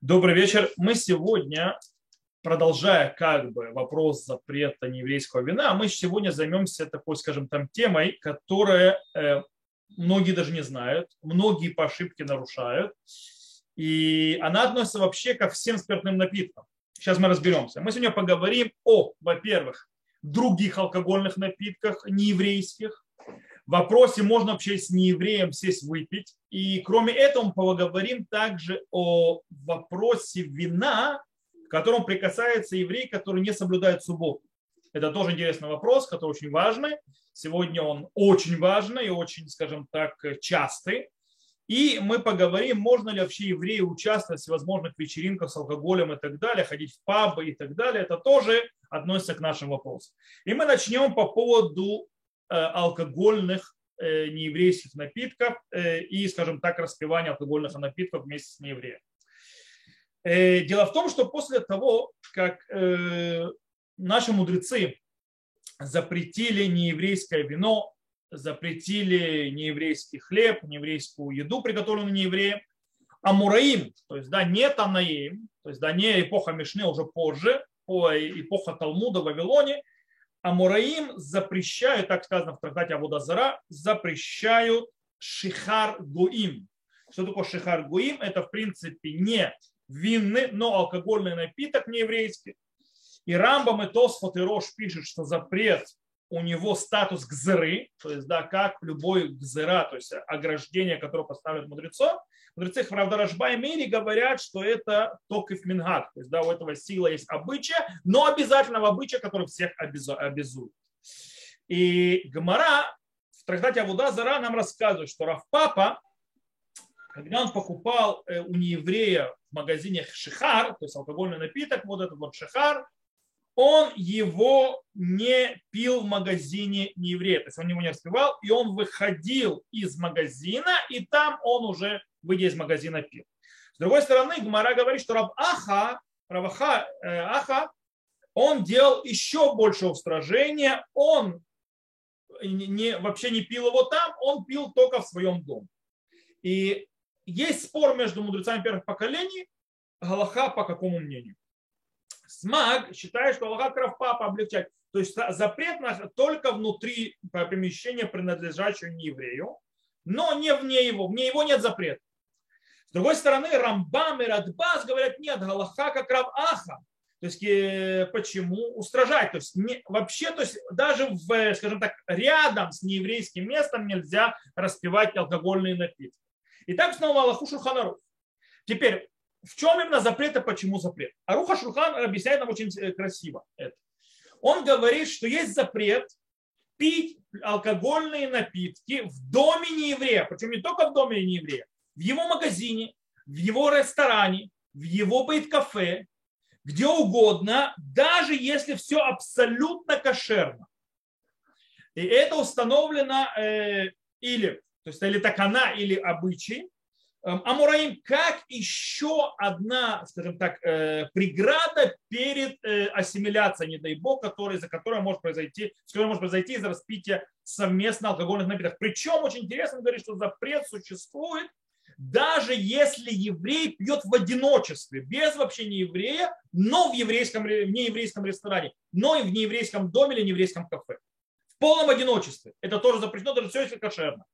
Добрый вечер. Мы сегодня, продолжая вопрос запрета нееврейского вина, мы сегодня займемся такой, скажем, там темой, которая многие даже не знают, многие по ошибке нарушают. И она относится вообще ко всем спиртным напиткам. Сейчас мы разберемся. Мы сегодня поговорим о, во-первых, других алкогольных напитках, нееврейских. В вопросе, можно вообще с неевреем сесть выпить. И кроме этого мы поговорим также о вопросе вина, к которому прикасается еврей, который не соблюдает субботу. Это тоже интересный вопрос, который очень важный. Сегодня он очень важный и очень, скажем так, частый. И мы поговорим, можно ли вообще еврею участвовать в всевозможных вечеринках с алкоголем и так далее, ходить в пабы и так далее. Это тоже относится к нашим вопросам. И мы начнем по поводу алкогольных нееврейских напитков и, скажем так, распивания алкогольных напитков вместе с неевреем. Дело в том, что после того, как наши мудрецы запретили нееврейское вино, запретили нееврейский хлеб, нееврейскую еду, приготовленную неевреем, амураим, то есть да, не танаим, то есть да, не эпоха Мишны, уже позже, эпоха Талмуда в Вавилоне, амураим запрещают, так сказано в трактате Авода Зара, запрещают шихар гуим. Что такое шихар гуим? Это в принципе не винный, но алкогольный напиток нееврейский. И Рамбам и Тосфот и Рош пишут, что запрет у него статус гзыры, то есть да, как любой гзыра, то есть ограждение, которое поставляют мудрецов. Мудрецы, правда, Рашба и Мири говорят, что это токив мингат, то есть да, у этого сила есть обычая, но обязательного обычая, который всех обязует. И Гмара в трактате Авода Зара нам рассказывает, что Рав Папа, когда он покупал у нееврея в магазине шихар, то есть алкогольный напиток, вот этот вот шихар, он его не пил в магазине нееврея, то есть он его не распивал, и он выходил из магазина, и там он уже, выйдя из магазина, пил. С другой стороны, Гмара говорит, что Рав Аха, он делал еще больше устражения, он вообще не пил его там, он пил только в своем доме. И есть спор между мудрецами первых поколений, галаха по какому мнению. Смаг считает, что аллаха Рав Папа облегчает. То есть запрет только внутри помещения, принадлежащего нееврею, но не вне его. Вне его нет запрета. С другой стороны, Рамбам и Радбас говорят, нет, галаха как Рав Аха. То есть почему? Устражать. То есть вообще, то есть даже скажем так, рядом с нееврейским местом нельзя распивать алкогольные напитки. И так снова Аллаху Шулхан Арух. Теперь, в чем именно запрет и почему запрет? Арух ха-Шулхан объясняет нам очень красиво это. Он говорит, что есть запрет пить алкогольные напитки в доме нееврея. Причем не только в доме нееврея. В его магазине, в его ресторане, в его бейт-кафе, где угодно, даже если все абсолютно кошерно. И это установлено или такана, или обычай. Амураим как еще одна, скажем так, преграда перед ассимиляцией, не дай бог, с которой может произойти из распития совместно алкогольных напитков. Причем очень интересно говорить, что запрет существует, даже если еврей пьет в одиночестве, без вообще нееврея, но в нееврейском ресторане, но и в нееврейском доме или нееврейском кафе. В полном одиночестве. Это тоже запрещено, даже все если кошерно.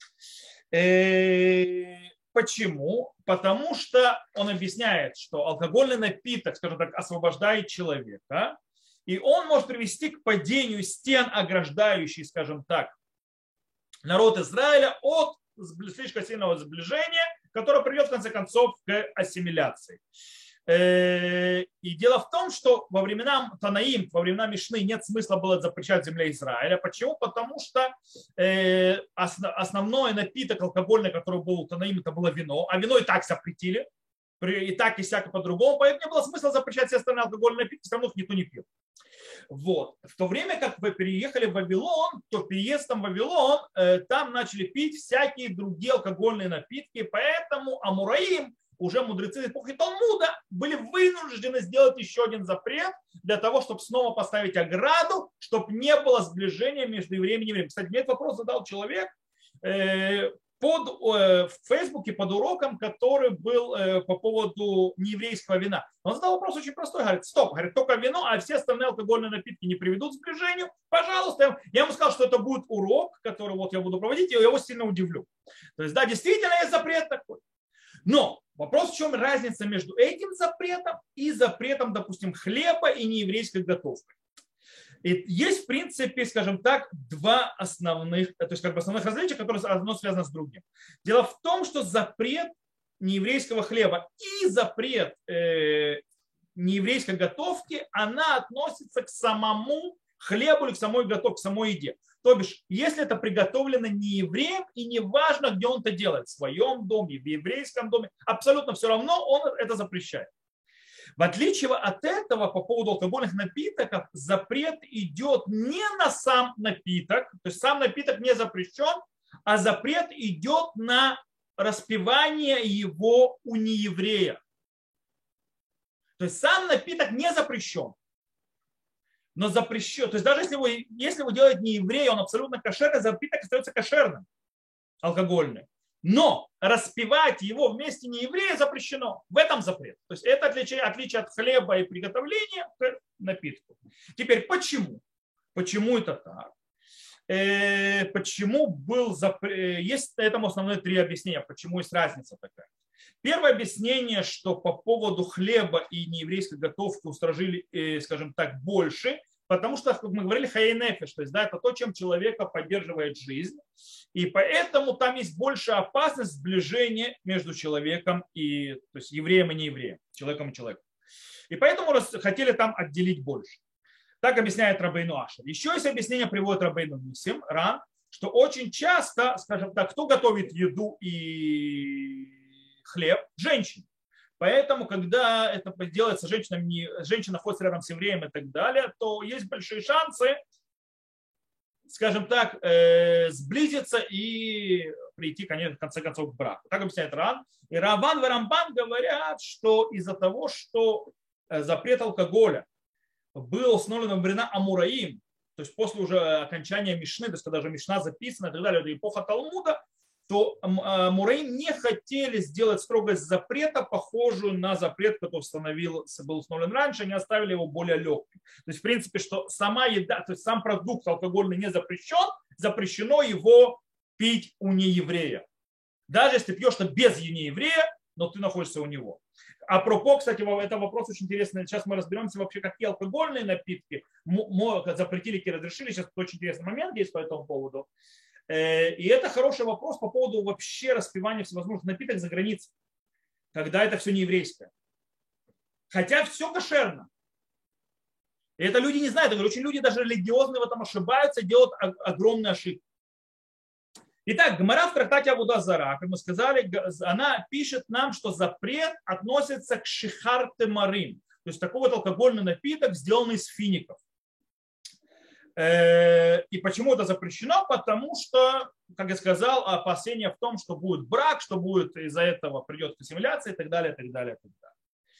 Почему? Потому что он объясняет, что алкогольный напиток, скажем так, освобождает человека, и он может привести к падению стен, ограждающих, скажем так, народ Израиля от слишком сильного сближения, которое приведет, в конце концов, к ассимиляции. И дело в том, что во времена Танаим, во времена Мишны нет смысла было запрещать земле Израиля. Почему? Потому что основной напиток алкогольный, который был у Танаим, это было вино. А вино и так запретили. И так, и всяко по-другому. Поэтому не было смысла запрещать все остальные алкогольные напитки, все равно их никто не пил. Вот. В то время, как вы переехали в Вавилон, то переездом в Вавилон там начали пить всякие другие алкогольные напитки. Поэтому амураим, уже мудрецы эпохи Талмуда, были вынуждены сделать еще один запрет для того, чтобы снова поставить ограду, чтобы не было сближения между евреем и неевреем. Кстати, мне этот вопрос задал человек, в Фейсбуке под уроком, который был по поводу нееврейского вина. Он задал вопрос очень простой. Говорит, стоп, говорит, только вино, а все остальные алкогольные напитки не приведут к сближению. Пожалуйста. Я ему сказал, что это будет урок, который вот я буду проводить, и я его сильно удивлю. То есть, да, действительно есть запрет такой. Но вопрос, в чем разница между этим запретом и запретом, допустим, хлеба и нееврейской готовкой. И есть, в принципе, скажем так, два основных, то есть как бы основных различия, которые одно связано с другим. Дело в том, что запрет нееврейского хлеба и запрет нееврейской готовки, она относится к самому хлебу или к самой готовке, к самой еде. То бишь, если это приготовлено не евреем, и не важно, где он это делает, в своем доме, в еврейском доме, абсолютно все равно он это запрещает. В отличие от этого, по поводу алкогольных напитков, запрет идет не на сам напиток, то есть сам напиток не запрещен, а запрет идет на распивание его у нееврея. То есть сам напиток не запрещен, но запрещен. То есть даже если вы делаете не еврея, он абсолютно кошерный, напиток остается кошерным, алкогольный. Но распивать его вместе нееврея запрещено. В этом запрет. То есть это отличие от хлеба и приготовления к напитку. Теперь почему? Почему это так? Почему был запрет? Есть этому основные три объяснения, почему есть разница такая. Первое объяснение, что по поводу хлеба и нееврейской готовки устражили, скажем так, больше, потому что, как мы говорили, хайнефеш, то есть да, это то, чем человека поддерживает жизнь. И поэтому там есть большая опасность сближения между человеком и, то есть евреем и неевреем, человеком и человеком. И поэтому хотели там отделить больше. Так объясняет Рабейну Ашер. Еще есть объяснение, приводит Рабейну Нисим, Ран, что очень часто, скажем так, кто готовит еду и хлеб? Женщины. Поэтому, когда это делается женщинами, женщина находится рядом с евреем и так далее, то есть большие шансы, скажем так, сблизиться и прийти, конечно, в конце концов, к браку. Так объясняет Ран. И Раван и Рамбан говорят, что из-за того, что запрет алкоголя был установлен во времена Амураим, то есть после уже окончания Мишны, то есть когда уже Мишна записана и так далее, это эпоха Талмуда, то Амураим не хотели сделать строгость запрета, похожую на запрет, который был установлен раньше, они оставили его более легким. То есть, в принципе, что сама еда, то есть сам продукт алкогольный не запрещен, запрещено его пить у нееврея. Даже если ты пьешь это без нееврея, но ты находишься у него. А пропо, кстати, это вопрос очень интересный. Сейчас мы разберемся вообще, какие алкогольные напитки запретили и разрешили. Сейчас очень интересный момент есть по этому поводу. И это хороший вопрос по поводу вообще распивания всевозможных напиток за границей, когда это все не еврейское. Хотя все кошерно. И это люди не знают. Я говорю, очень люди даже религиозные в этом ошибаются, делают огромные ошибки. Итак, Гемара в трактате Авода Зара, как мы сказали, она пишет нам, что запрет относится к шихар темарим, то есть такой вот алкогольный напиток, сделанный из фиников. И почему это запрещено? Потому что, как я сказал, опасения в том, что будет брак, что будет из-за этого придет к ассимиляции и так далее, и так далее, и так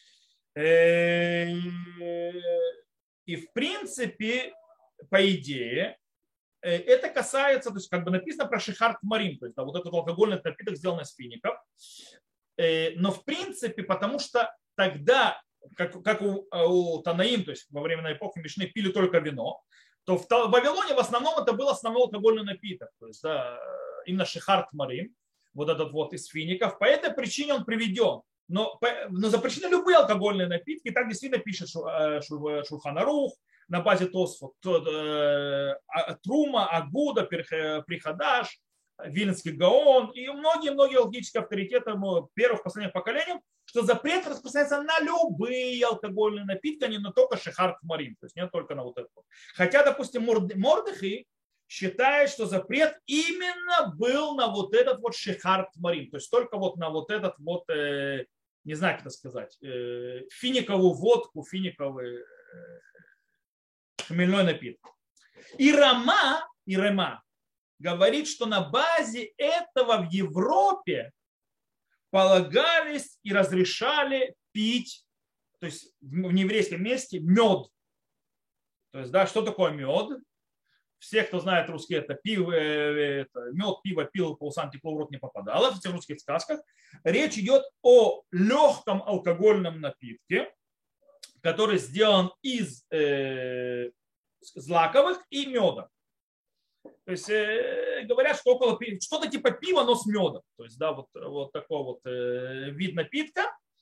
далее. И в принципе, по идее, это касается, то есть как бы написано про шихар тмарим, то есть да, вот этот алкогольный напиток, сделанный из фиников. Но в принципе, потому что тогда, как у Танаим, то есть во время эпохи Мишны пили только вино, то в Вавилоне в основном это был основной алкогольный напиток, то есть да, именно шихар тмарим, вот этот вот из фиников. По этой причине он приведен. Но запрещены любые алкогольные напитки, так действительно пишет Шулхан Арух, на базе Тосфот, Трума, Агуда, Прихадаш, Вильнский Гаон и многие-многие логические авторитеты первых, последних поколений, что запрет распространяется на любые алкогольные напитки, а не на только шихар тмарим, то есть не только на вот это. Хотя, допустим, Мордехи считает, что запрет именно был на вот этот вот шихар тмарим, то есть только вот на вот этот вот, не знаю, как это сказать, финиковую водку, финиковый хмельной напиток. И Рема говорит, что на базе этого в Европе полагались и разрешали пить, то есть в нееврейском месте, мед. То есть, да, что такое мед? все, кто знает русский, это пиво, это мед, пиво пил, по усам тепло в рот не попадало. В этих русских сказках речь идет о легком алкогольном напитке, который сделан из злаковых и меда. То есть говорят, что около что-то типа пива, но с медом. То есть, да, вот такой вот вид напитка.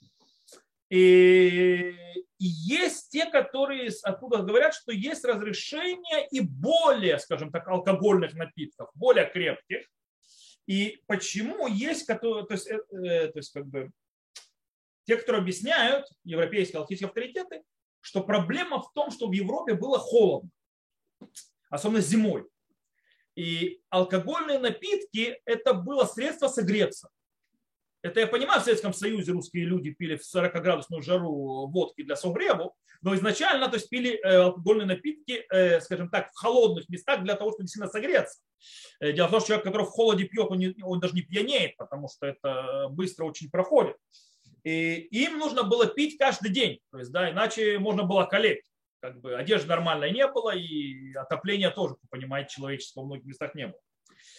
И есть те, которые оттуда говорят, что есть разрешение и более, скажем так, алкогольных напитков, более крепких. И почему есть, то есть как бы те, которые объясняют, европейские алкогольные авторитеты, что проблема в том, что в Европе было холодно, особенно зимой. И алкогольные напитки – это было средство согреться. Это я понимаю, в Советском Союзе русские люди пили в 40-градусную жару водки для согрева, но изначально то есть, пили алкогольные напитки, скажем так, в холодных местах для того, чтобы сильно согреться. Дело в том, что человек, который в холоде пьет, он даже не пьянеет, потому что это быстро очень проходит. И им нужно было пить каждый день, то есть, да, иначе можно было колеть. Как бы одежды нормальной не было, и отопления тоже, вы понимаете, человеческого в многих местах не было.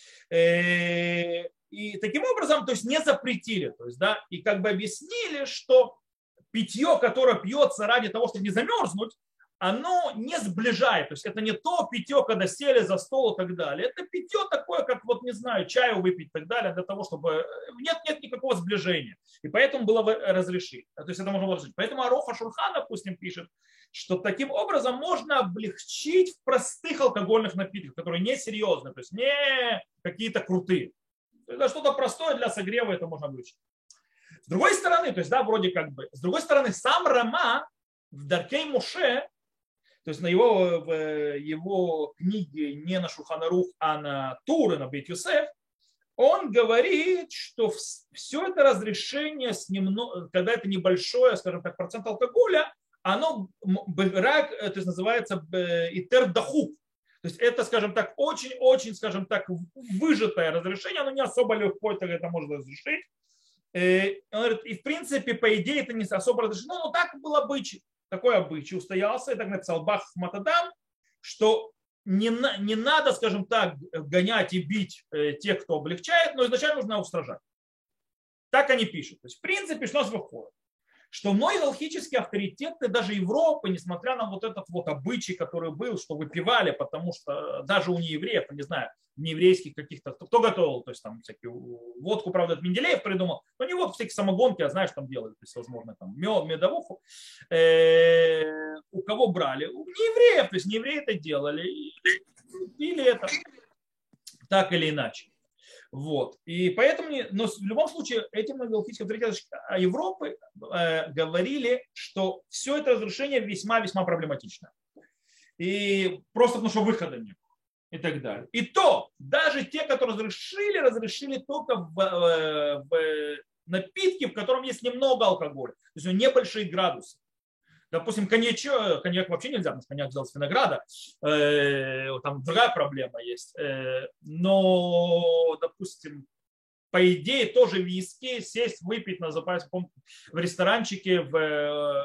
И таким образом, то есть не запретили, то есть, да, и как бы объяснили, что питье, которое пьется ради того, чтобы не замерзнуть, оно не сближает. То есть это не то питье, когда сели за стол и так далее. Это питье такое, как, вот не знаю, чаю выпить и так далее, для того, чтобы нет никакого сближения. И поэтому было разрешить. То есть это можно было разрешить. Поэтому Арух ха-Шульхан, допустим, пишет, что таким образом можно облегчить в простых алкогольных напитках, которые не серьезные, то есть не какие-то крутые. Это что-то простое для согрева, это можно облегчить. С другой стороны, то есть, да, вроде как бы, с другой стороны, сам Рама в Даркей Моше, то есть в его книге не на Шулхан Арух, а на Туры, на Бейт Йосеф, он говорит, что все это разрешение, когда это небольшое, скажем так, процент алкоголя, оно то есть называется итер дахук. То есть это, скажем так, очень-очень, скажем так, выжатое разрешение, оно не особо легко это можно разрешить. Он говорит, и в принципе, по идее, это не особо разрешено, но так был обычай. Такой обычай устоялся, и так написал Бах Матадам, что не надо, скажем так, гонять и бить тех, кто облегчает, но изначально нужно устражать. Так они пишут. То есть, в принципе, что у нас выходит? Что многие галахические авторитеты даже Европы, несмотря на вот этот вот обычай, который был, что выпивали, потому что даже у неевреев, не знаю, нееврейских каких-то, кто готовил, то есть там всякие водку, правда, это Менделеев придумал, но не вот всякие самогонки, а знаешь, там делали, то есть, возможно, там медовуху. У кого брали? У неевреев, то есть неевреи это делали, или это так или иначе. Вот. И поэтому, но в любом случае, эти галахические авторитеты Европы говорили, что все это разрушение весьма-весьма проблематично. И просто потому, что выхода нет. И так далее. И то, даже те, которые разрешили только в напитке, в котором есть немного алкоголя. То есть небольшие градусы. Допустим, коньяк вообще нельзя, потому что коньяк взял с винограда. Там другая проблема есть. Но, допустим, по идее, тоже виски сесть, выпить на запасе в ресторанчике, в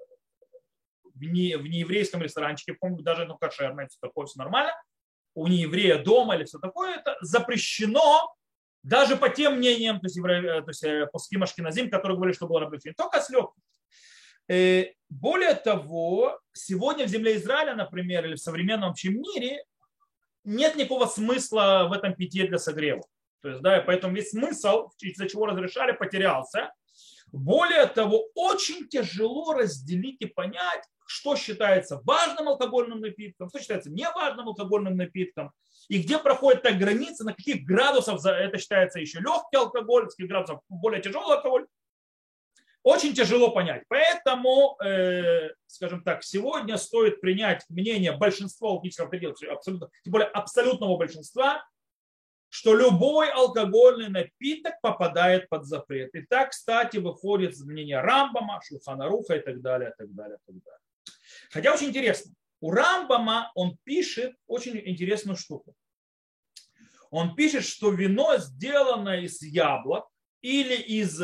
нееврейском ресторанчике, даже кошерное, все такое, все нормально. У нееврея дома или все такое, это запрещено даже по тем мнениям, то есть по ским ашкеназим, которые говорили, что было облегчение, только с легким. Более того, сегодня в земле Израиля, например, или в современном общем мире нет никакого смысла в этом питье для согрева. То есть, да, и поэтому весь смысл, из-за чего разрешали, потерялся. Более того, очень тяжело разделить и понять, что считается важным алкогольным напитком, что считается неважным алкогольным напитком, и где проходит та граница, на каких градусов это считается еще легкий алкоголь, на каких градусов более тяжелый алкоголь. Очень тяжело понять. Поэтому, скажем так, сегодня стоит принять мнение большинства алкогольных авторитетов, тем более абсолютного большинства, что любой алкогольный напиток попадает под запрет. И так, кстати, выходит из мнения Рамбама, Шулхан Аруха и так далее, и так далее, и так далее. Хотя очень интересно. У Рамбама он пишет очень интересную штуку. Он пишет, что вино сделано из яблок или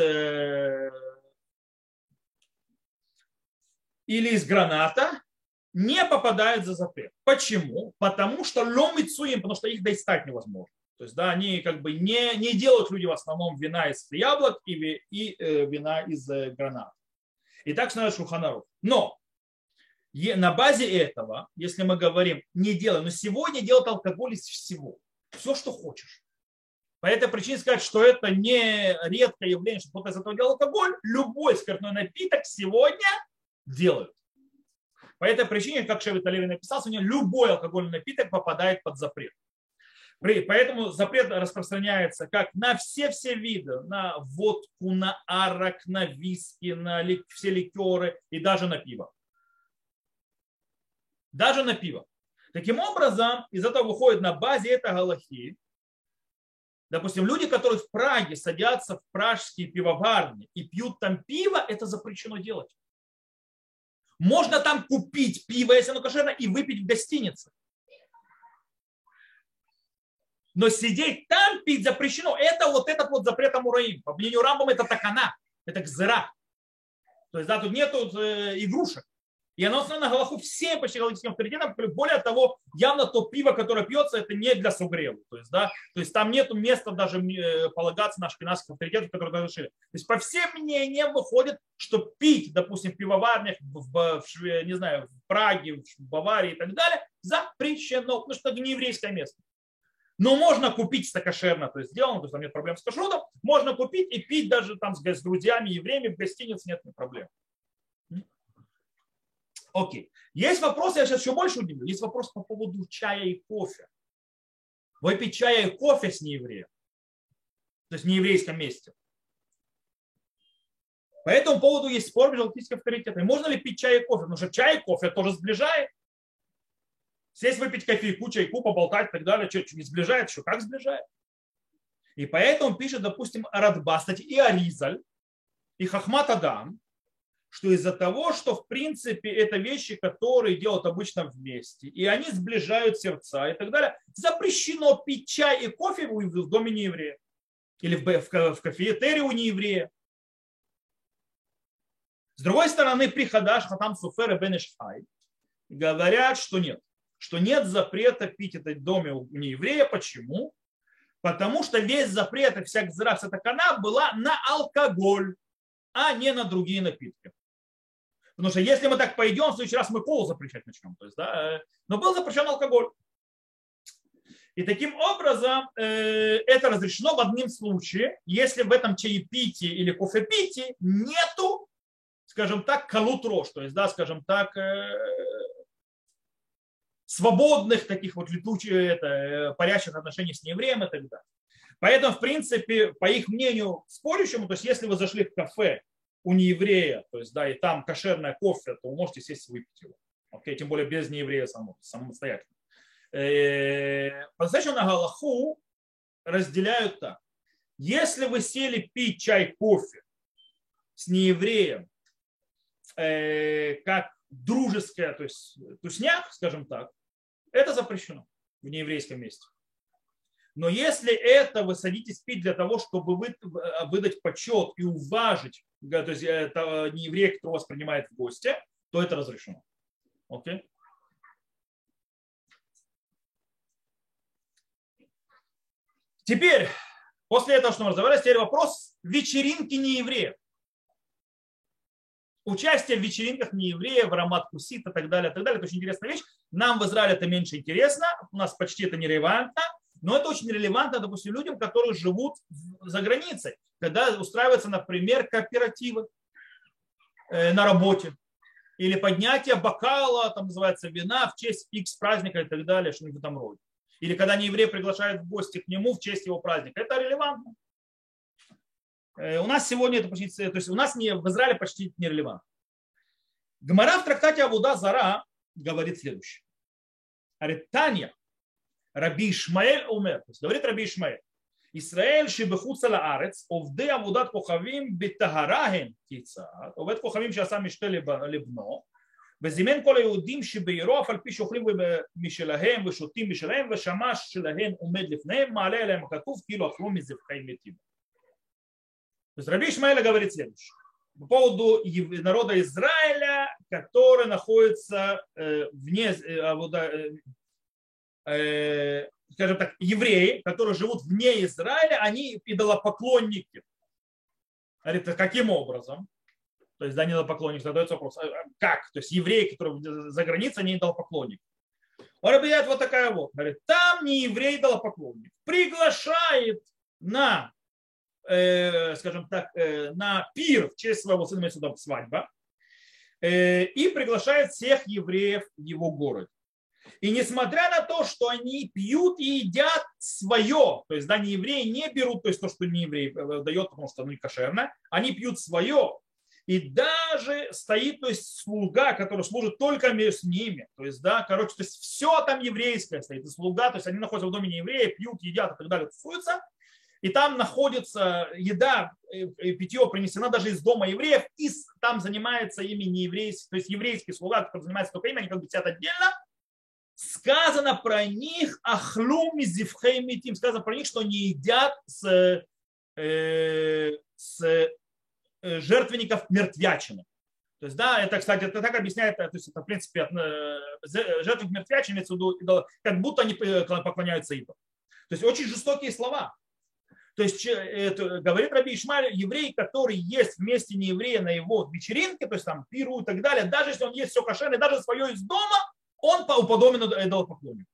из граната, не попадают за запрет. Почему? Потому что ломицуем, потому что их достать невозможно. То есть, да, они как бы не делают люди в основном вина из яблок и вина из гранат. И так становится Шулхан Арух. Но на базе этого, если мы говорим, не делаем, но сегодня делают алкоголь из всего. Все, что хочешь. По этой причине сказать, что это не редкое явление, что кто-то из этого делал алкоголь, любой спиртной напиток сегодня делают. По этой причине, как Шевет Алеви написал, сегодня любой алкогольный напиток попадает под запрет. Поэтому запрет распространяется как на все виды, на водку, на арак, на виски, на все ликеры и даже на пиво. Даже на пиво. Таким образом, из этого выходит на базе этой галахи, допустим, люди, которые в Праге садятся в пражские пивоварни и пьют там пиво, это запрещено делать. Можно там купить пиво, если оно кошерное, и выпить в гостинице. Но сидеть там пить запрещено. Это вот этот вот запрет Амураим. По мнению Рамбама это такана, это гзера. То есть да, тут нету игрушек. И оно основано на галаху всем почти галактическим авторитетам. Более того, явно то пиво, которое пьется, это не для сугрева. То есть там нет места даже полагаться на ашкеназских авторитетов, которые разрешили. То есть по всем мнениям выходит, что пить, допустим, в пивоварнях, не знаю, в Праге, в Баварии и так далее, запрещено, потому что это не еврейское место. Но можно купить кошерно, то есть сделано, то есть там нет проблем с кашрутом, можно купить и пить даже там с друзьями, евреями в гостинице, нет проблем. Окей. Есть вопрос, я сейчас еще больше удивлю. Есть вопрос по поводу чая и кофе. Выпить чая и кофе с неевреем. То есть в нееврейском месте. По этому поводу есть спор между галактическими авторитетами. Можно ли пить чай и кофе? Потому что чай и кофе тоже сближает. Сесть выпить кофейку, чайку, поболтать и так далее. Что не сближает? Что как сближает? И поэтому пишет, допустим, Радба, кстати, и Аризаль, и Хахмат Адам, что из-за того, что в принципе это вещи, которые делают обычно вместе, и они сближают сердца и так далее, запрещено пить чай и кофе в доме нееврея или в кафетерии у нееврея. С другой стороны, при Хадаш, Хатам Суфер и Бен Иш Хай говорят, что нет запрета пить это в доме у нееврея. Почему? Потому что весь запрет и вся гзера, вся такана была на алкоголь, а не на другие напитки. Потому что если мы так пойдем, в следующий раз мы колу запрещать начнем. То есть, да, но был запрещен алкоголь. И таким образом это разрешено в одном случае, если в этом чаепитии или кофепитии нету, скажем так, калут-рош, то есть, да, скажем так, свободных таких вот летучих, парящих отношений с неевреем и так далее. Поэтому, в принципе, по их мнению спорящему, то есть, если вы зашли в кафе у нееврея, то есть, да, и там кошерное кофе, то вы можете сесть и выпить его. Окей, тем более без нееврея самостоятельно. По-настоящему на галаху разделяют так. Если вы сели пить чай, кофе с неевреем, как дружеское, то есть тусняк, скажем так, это запрещено в нееврейском месте. Но если это вы садитесь пить для того, чтобы выдать почет и уважить, то есть это не еврей, кто вас принимает в гости, то это разрешено. Окей? Теперь, после этого, что мы разобрались, теперь вопрос вечеринки неевреев. Участие в вечеринках неевреев, аромат кусит и так далее, и так далее. Это очень интересная вещь. Нам в Израиле это меньше интересно, у нас почти это нерелевантно. Но это очень релевантно, допустим, людям, которые живут за границей, когда устраиваются, например, кооперативы на работе или поднятие бокала, там называется вина, в честь X праздника и так далее, что-нибудь в этом роде. Или когда нееврей приглашает в гости к нему в честь его праздника. Это релевантно. У нас сегодня это почти, то есть у нас в Израиле почти нерелевантно. Гемара в трактате Авуда Зара говорит следующее. Говорит, Таня, Раби Ишмаэль умер. То есть говорит Раби Ишмаэль. Исраэль шебехуца лаарец, овды авудат кохавим бетагараhem кицат, овед кохавим שעשה משתה לבנו, וזימן כל היהודים שבעירו, אף על פי שאוכלים משלהם ושותים משלהם, ושמש שלהם עומד לפניהם, מעלה אליהם הכתוב, כאילו אכלו מזבחי מתים. То есть Раби Ишмаэль говорит следующее. По поводу народа Израиля, который находится вне, скажем так, евреи, которые живут вне Израиля, они идолопоклонники. Говорит, каким образом? То есть, да, не идолопоклонник, задается вопрос, как? То есть, евреи, которые за границей, они идолопоклонники. Он объявляет вот такая вот. Говорит, там не еврей идолопоклонник. Приглашает на, скажем так, на пир в честь своего сына, сюда свадьба, и приглашает всех евреев в его город. И несмотря на то, что они пьют и едят свое, то есть, да, не евреи не берут, то есть то, что не еврей дает, потому что оно не кошерно, они пьют свое. И даже стоит, то есть, слуга, который служит только с ними. То есть, да, короче, то есть все там еврейское стоит. И слуга, то есть они находятся в доме не еврея, пьют, едят и так далее, тусуются. И там находится еда и питье принесена даже из дома евреев, и там занимается ими не еврейский, то есть еврейский слуга, который занимается только ими, они как бы сидят отдельно. Сказано про них ахлум мизивхей митим, сказано про них, что они едят с жертвенников мертвячины. То есть, да, это, кстати, это так объясняет, то есть это, в принципе, жертвенник мертвячины, имеется в виду, как будто они поклоняются идолам. То есть, очень жестокие слова. То есть, это, говорит Раби Ишмаэль, еврей, который есть вместе нееврея на его вечеринке, то есть, там, пиру и так далее, даже если он есть все кошерное, даже свое из дома, он уподобен идолопоклоннику.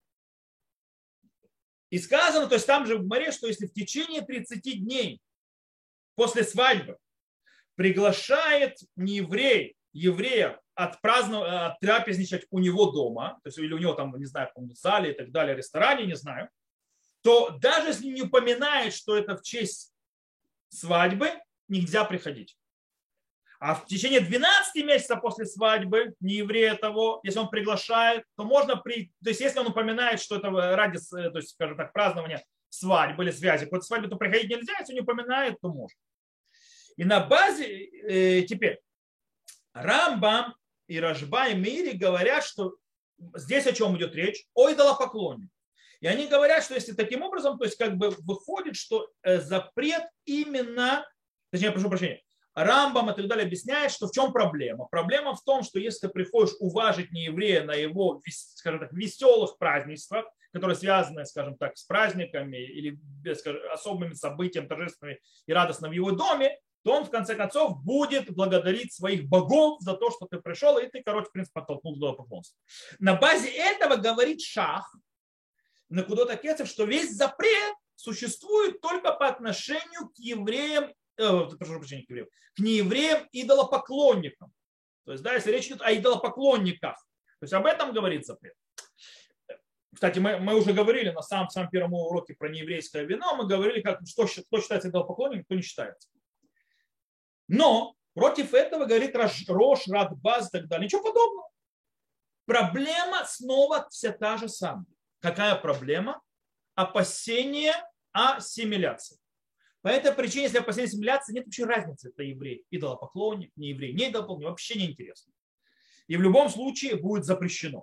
И сказано, то есть, там же в море, что если в течение 30 дней после свадьбы приглашает нееврей еврея оттрапезничать у него дома, то есть или у него там, не знаю, в каком зале и так далее, ресторане, не знаю, то даже если не упоминает, что это в честь свадьбы, нельзя приходить. А в течение 12 месяцев после свадьбы нееврея того, если он приглашает, то можно прийти, то есть если он упоминает, что это ради, то есть, скажем так, празднования свадьбы или связи какой-то свадьбы, то приходить нельзя, если не упоминает, то можно. И на базе теперь Рамбам и Рашба и Мири говорят, что здесь о чем идет речь? О идолопоклоннике. И они говорят, что если таким образом, то есть как бы выходит, что запрет именно, точнее, я прошу прощения, Рамбам и так далее объясняет, что в чем проблема. Проблема в том, что если ты приходишь уважить нееврея на его, скажем так, веселых празднествах, которые связаны, скажем так, с праздниками или особыми событиями торжественными и радостными в его доме, то он в конце концов будет благодарить своих богов за то, что ты пришел, и ты, короче, в принципе, подтолкнул до поклонства. На базе этого говорит Шах, Накудот Акецев, что весь запрет существует только по отношению к евреям, прошу прощения, к евреям, к неевреям идолопоклонникам. То есть, да, если речь идет о идолопоклонниках, то есть об этом говорит запрет. Кстати, мы уже говорили на самом первом уроке про нееврейское вино, мы говорили, кто считается идолопоклонником, кто не считается. Но против этого говорит Рош, Радбаз и так далее. Ничего подобного. Проблема снова вся та же самая. Какая проблема? Опасение ассимиляции. По этой причине, если опасение ассимиляции, нет вообще разницы, это еврей, идолопоклонник, не еврей, не идолопоклонник, вообще не интересно. И в любом случае будет запрещено.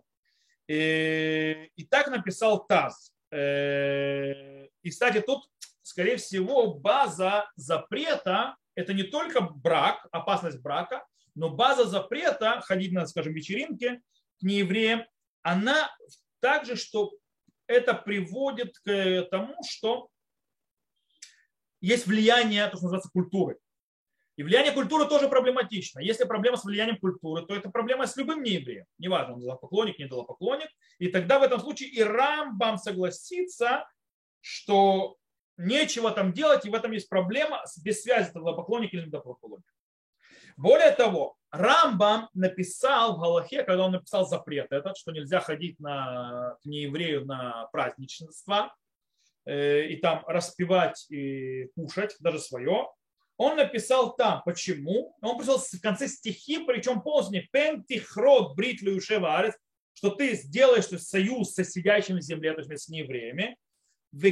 И так написал Таз. И, кстати, тут, скорее всего, база запрета – это не только брак, опасность брака, но база запрета ходить на, скажем, вечеринки к неевреям, она также, что это приводит к тому, что есть влияние, то, что называется, культуры. И влияние культуры тоже проблематично. Если проблема с влиянием культуры, то это проблема с любым неевреем. Неважно, он идолопоклонник, не идолопоклонник. И тогда в этом случае и Рамбам согласится, что нечего там делать, и в этом есть проблема без связи идолопоклонник или не идолопоклонник. Более того, Рамбам написал в Галахе, когда он написал запрет этот, что нельзя ходить к нееврею на праздничество и там распевать и кушать, даже свое. Он написал там, почему. Он написал в конце стихи, причем полностью «Пен тихрот брит леушева арец», что ты сделаешь союз со сидящими в земле, то есть с неевреями, и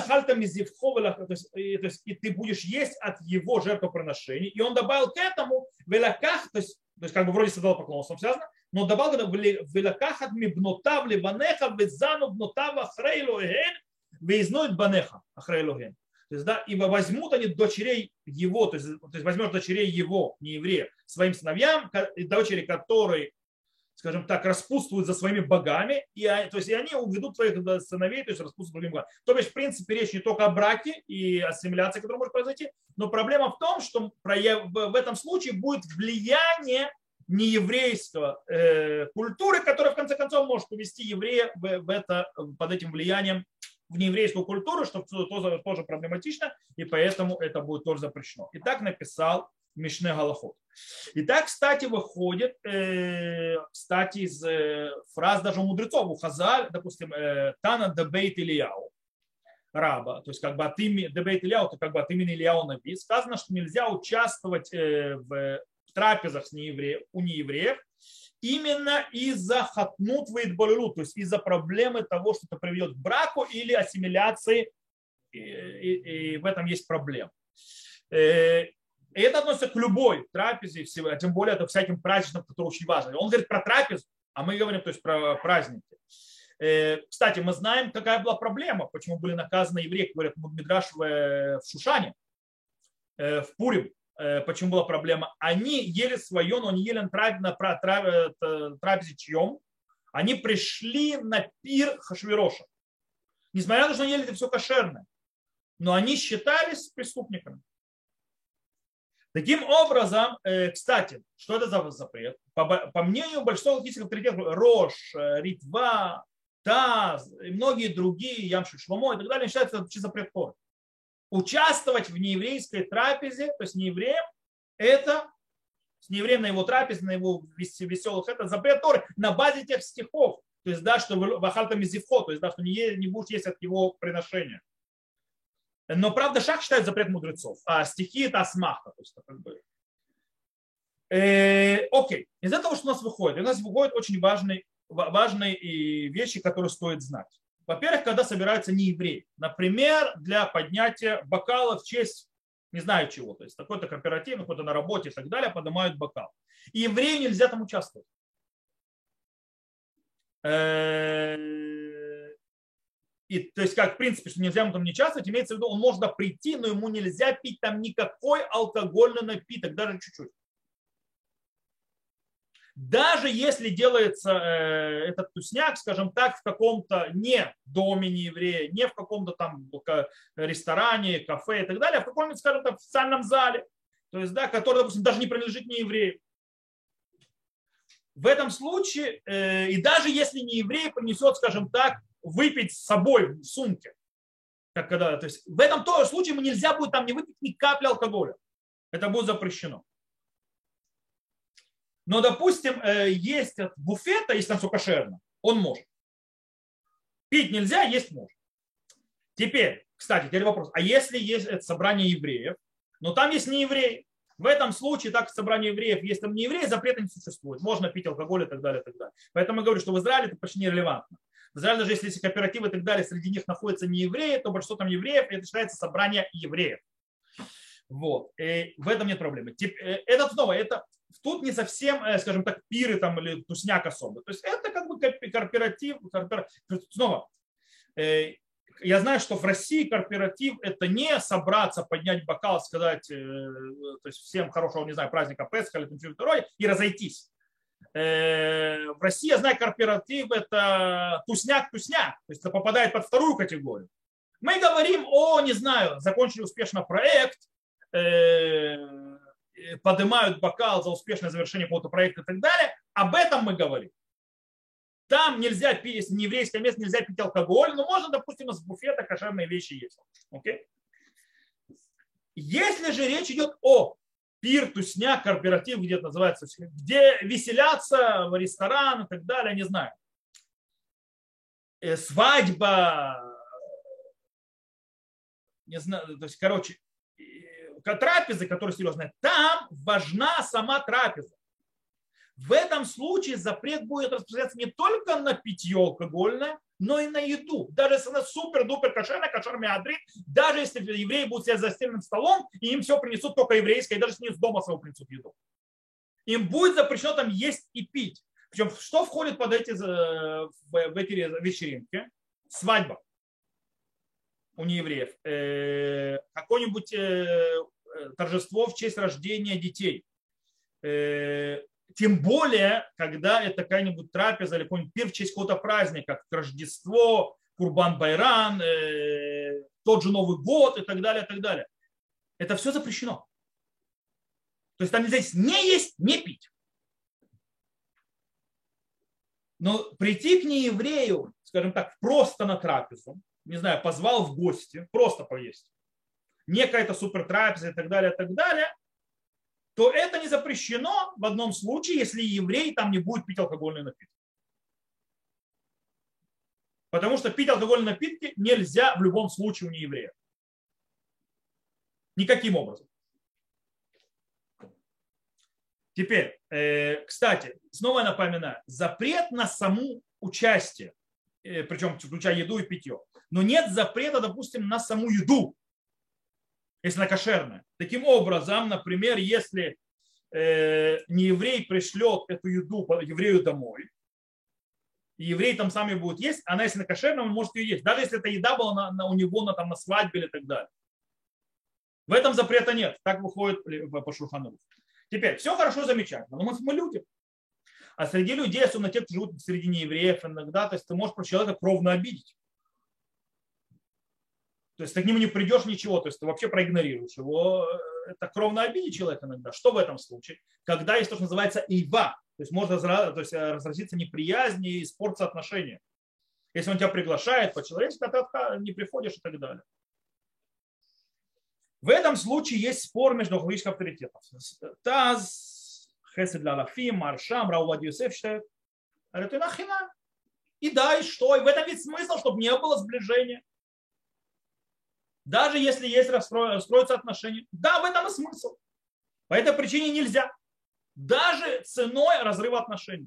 ты будешь есть от его жертвоприношений. И он добавил к этому велаках, то есть как бы вроде с идолопоклонством связано, но добавил велакахат мибнотав ливанеха везану бнотав ахрей логен веизнует банеха ахрей логен. То есть, да, ибо возьмут они дочерей его, то есть возьмешь дочерей его, не еврея, своим сыновьям, дочери, которые, скажем так, распутствуют за своими богами, то есть и они уведут своих сыновей, то есть распутствуют другими богами. То есть, в принципе, речь не только о браке и ассимиляции, которая может произойти, но проблема в том, что в этом случае будет влияние нееврейского культуры, которая в конце концов может увести еврея под этим влиянием в нееврейскую культуру, что тоже проблематично, и поэтому это будет тоже запрещено. И так написал Мишне Галахот. И так, кстати, выходит, кстати, из фраз даже у мудрецов, у Хазаль, допустим, Тана Дебейт Ильяу, раба, то есть как бы от имени Дебейт Ильяу, это как бы от имени Ильяу Наби, сказано, что нельзя участвовать в трапезах у неевреев, именно из-за хатнут вейтболилут, то есть из-за проблемы того, что это приведет к браку или ассимиляции, и в этом есть проблема. И это относится к любой трапезе, а тем более это всяким праздничным, которые очень важны. Он говорит про трапезу, а мы говорим, то есть, про праздники. Кстати, мы знаем, какая была проблема, почему были наказаны евреи, говорят, Мидраш в Шушане, в Пурим. Почему была проблема? Они ели свое, но они ели на трапезе чьем? Они пришли на пир Хашвироша. Несмотря на то, что они ели это все кошерное. Но они считались преступниками. Таким образом, кстати, что это за запрет? По мнению большинства логических авторитетов, Рош, Ритва, Таз и многие другие, Ямши Шломо и так далее, считаются это запрет Торы. Участвовать в нееврейской трапезе, то есть неевреем, это с неевреем на его трапезе, на его веселых, это запрет Торы на базе тех стихов. То есть, да, что вахальта мизифо, то есть, да, что не будешь есть от его приношения. Но, правда, шах считает запрет мудрецов, а стихи это асмахта. То есть, это как бы... Окей. Из этого, что у нас выходят очень важные вещи, которые стоит знать. Во-первых, когда собираются неевреи. Например, для поднятия бокала в честь не знаю чего. То есть какой-то корпоратив, какой-то на работе и так далее поднимают бокал. И еврею нельзя там участвовать. И, то есть, как в принципе, что нельзя ему там не участвовать, имеется в виду, он может прийти, но ему нельзя пить там никакой алкогольный напиток, даже чуть-чуть. Даже если делается этот тусняк, скажем так, в каком-то не доме нееврея, не в каком-то там ресторане, кафе и так далее, а в каком-нибудь, скажем так, официальном зале, то есть, да, который, допустим, даже не принадлежит нееврею. В этом случае, и даже если нееврей принесет, скажем так, выпить с собой в сумке, как когда, то есть в этом тоже случае ему нельзя будет там не выпить ни капли алкоголя. Это будет запрещено. Но, допустим, есть буфета, если там все кошерно, он может. Пить нельзя, есть можно. Теперь вопрос. А если есть собрание евреев, но там есть не евреи? В этом случае, так как собрание евреев, если там не евреи, запрета не существует. Можно пить алкоголь и так далее, и так далее. Поэтому я говорю, что в Израиле это почти нерелевантно. В Израиле, даже если кооперативы и так далее, среди них находятся не евреи, то большинство там евреев, и это считается собрание евреев. Вот. И в этом нет проблемы. Это снова, тут не совсем, скажем так, пиры там, или тусняк особо. То есть это как бы корпоратив. Снова, я знаю, что в России корпоратив это не собраться, поднять бокал, сказать, то есть всем хорошего, не знаю, праздника Песха или что-то второе и разойтись. В России, я знаю, корпоратив это тусняк-тусняк, то есть это попадает под вторую категорию. Мы говорим не знаю, закончили успешно проект, поднимают бокал за успешное завершение какого-то проекта и так далее. Об этом мы говорим. Там нельзя пить, если не еврейское место, нельзя пить алкоголь, но можно, допустим, из буфета кошерные вещи есть. Okay? Если же речь идет о пир, тусняк, корпоратив, где это называется, где веселятся в ресторан и так далее, не знаю. Свадьба, не знаю, то есть, короче, трапезы, которые серьезные, там важна сама трапеза. В этом случае запрет будет распространяться не только на питье алкогольное, но и на еду. Даже если она супер-дупер кошерная, кошер меадрит, даже если евреи будут сидеть за стеклянным столом, и им все принесут только еврейское, и даже если не из дома своего принесут еду. Им будет запрещено там есть и пить. Причем что входит в эти вечеринки? Свадьба. у неевреев, какое-нибудь торжество в честь рождения детей, тем более, когда это какая-нибудь трапеза или какой-нибудь пир в честь какого-то праздника, как Рождество, Курбан-Байрам, тот же Новый год и так далее, и так далее. Это все запрещено. То есть там нельзя не есть, не пить. Но прийти к нееврею, скажем так, просто на трапезу, не знаю, позвал в гости, просто поесть, не какая-то супер трапеза и так далее, то это не запрещено в одном случае, если еврей там не будет пить алкогольные напитки. Потому что пить алкогольные напитки нельзя в любом случае у нееврея. Никаким образом. Теперь, кстати, снова я напоминаю, запрет на саму участие, причем включая еду и питье. Но нет запрета, допустим, на саму еду, если она кошерная. Таким образом, например, если нееврей пришлет эту еду еврею домой, и еврей там сами будет есть, она если на кошерном, он может ее есть. Даже если эта еда была у него на свадьбе или так далее. В этом запрета нет. Так выходит по Шулхан Арух. Теперь, все хорошо, замечательно. Но мы люди. А среди людей, особенно те, кто живут среди неевреев иногда, то есть ты можешь про человека кровно обидеть. То есть ты к нему не придешь ничего, то есть ты вообще проигнорируешь его. Это кровно обидеть человека иногда. Что в этом случае? Когда есть то, что называется ива, то есть может разразиться неприязнь и испортиться отношения. Если он тебя приглашает по-человечески, ты не приходишь и так далее. В этом случае есть спор между логическим авторитетом. Таз, Хесед Лалафим, Маршам, Раувад Юсеф считают, говорят, и нахина. И да, и что? И в этом ведь смысл, чтобы не было сближения. Даже если есть расстроятся отношения. Да, в этом и смысл. По этой причине нельзя. Даже ценой разрыва отношений.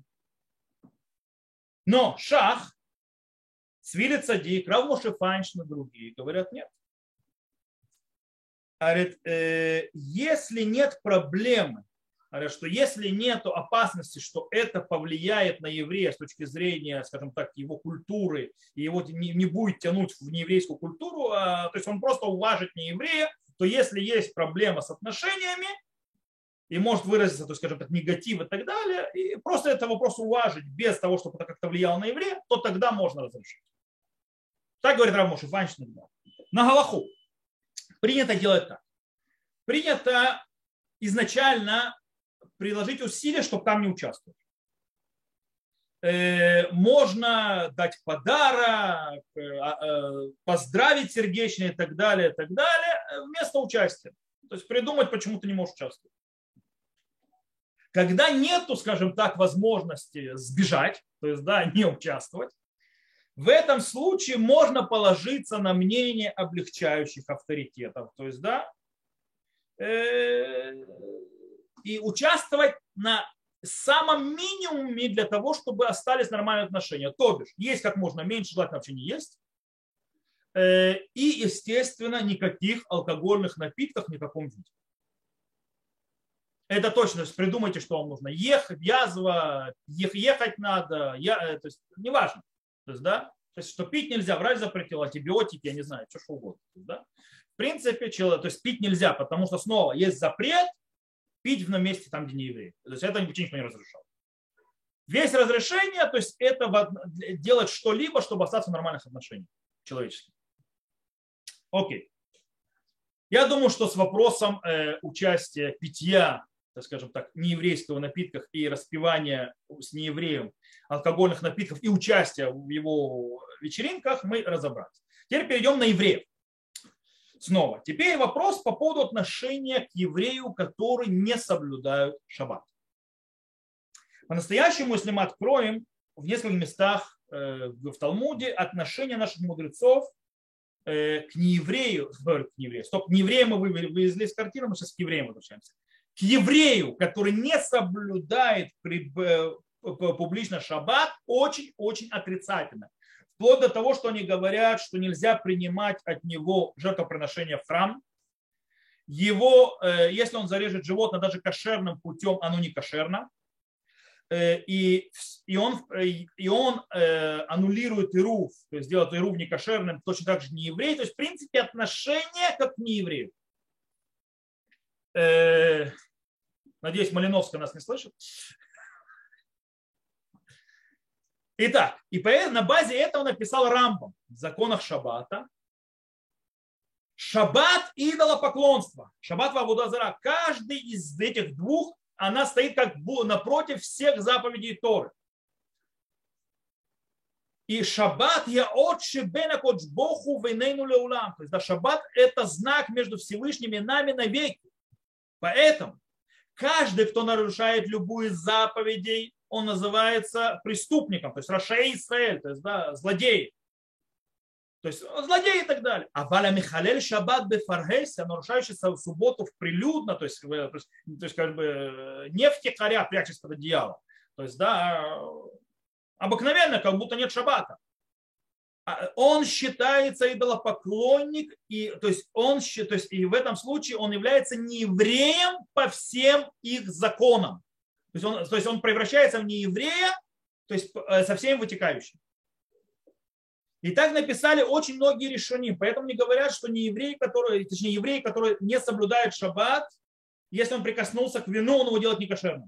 Но Шах, Цвили Цадик, Рав Моше Файнштейн и другие говорят нет. Говорит, если нет проблемы, говорят, что если нет опасности, что это повлияет на еврея с точки зрения, скажем так, его культуры, и его не будет тянуть в нееврейскую культуру, то есть он просто уважит нееврея, то если есть проблема с отношениями, и может выразиться, то есть, скажем так, негатив и так далее, и просто этот вопрос уважить без того, чтобы это как-то влияло на еврея, то тогда можно разрешить. Так говорит Рав Моше Файнштейн. На галаху принято делать так. Принято изначально приложить усилия, чтобы там не участвовать. Можно дать подарок, поздравить сердечно и так далее, вместо участия. То есть придумать, почему ты не можешь участвовать. Когда нету, скажем так, возможности сбежать, то есть да, не участвовать, в этом случае можно положиться на мнение облегчающих авторитетов. То есть, да, и участвовать на самом минимуме для того, чтобы остались нормальные отношения. То бишь, есть как можно меньше, желательно вообще не есть. И, естественно, никаких алкогольных напитков ни в каком виде. Это точно. То есть придумайте, что вам нужно. Ехать, язва, ехать надо, то есть неважно. То есть, да, то есть, что пить нельзя, врач запретил, антибиотики, я не знаю, что угодно. То есть, да. В принципе, то есть пить нельзя, потому что снова есть запрет пить в месте там, где не евреи. То есть это никто не разрешал. Весь разрешение, то есть это делать что-либо, чтобы остаться в нормальных отношениях человеческих. Окей. Я думаю, что с вопросом участия питья, так скажем так, нееврейского напитках и распивания с неевреем алкогольных напитков и участия в его вечеринках мы разобрались. Теперь перейдем на евреев. Снова. Теперь вопрос по поводу отношения к еврею, которые не соблюдают шаббат. По-настоящему, если мы откроем в нескольких местах в Талмуде отношение наших мудрецов к нееврею, стоп, к неевреям мы вывезли из картины, мы сейчас к евреям возвращаемся. К еврею, который не соблюдает публично шаббат, очень-очень отрицательно. Вплоть до того, что они говорят, что нельзя принимать от него жертвоприношение в храм. Его, если он зарежет животное даже кошерным путем, оно не кошерно. и он аннулирует ирув, то есть делает ирув некошерным, точно так же не еврей. То есть, в принципе, отношение как к нееврею. Надеюсь, Малиновская нас не слышит. Итак, и на базе этого написал Рамбам в законах Шаббата. Шаббат – идолопоклонство. Шаббат вавуда зара. Каждый из этих двух, она стоит как напротив всех заповедей Торы. И шаббат я отче бена кодж боху вейнейну леулам. То есть да, шаббат – это знак между Всевышним и нами навеки. Поэтому каждый, кто нарушает любую из заповедей, он называется преступником, то есть Рашей Исраэль, то есть да, злодей. То есть злодей и так далее. А Валя Михалель Шаббат Бефаргейся, нарушающий субботу в прилюдно, то есть как бы не втихаря, прячась под одеялом. То есть, да, обыкновенно, как будто нет шаббата. Он считается идолопоклонник, и, то есть и в этом случае он является неевреем по всем их законам. То есть он превращается в нееврея, то есть со всем вытекающим. И так написали очень многие решения. Поэтому не говорят, что евреи, которые не соблюдают шаббат, если он прикоснулся к вину, он его делает некошерным.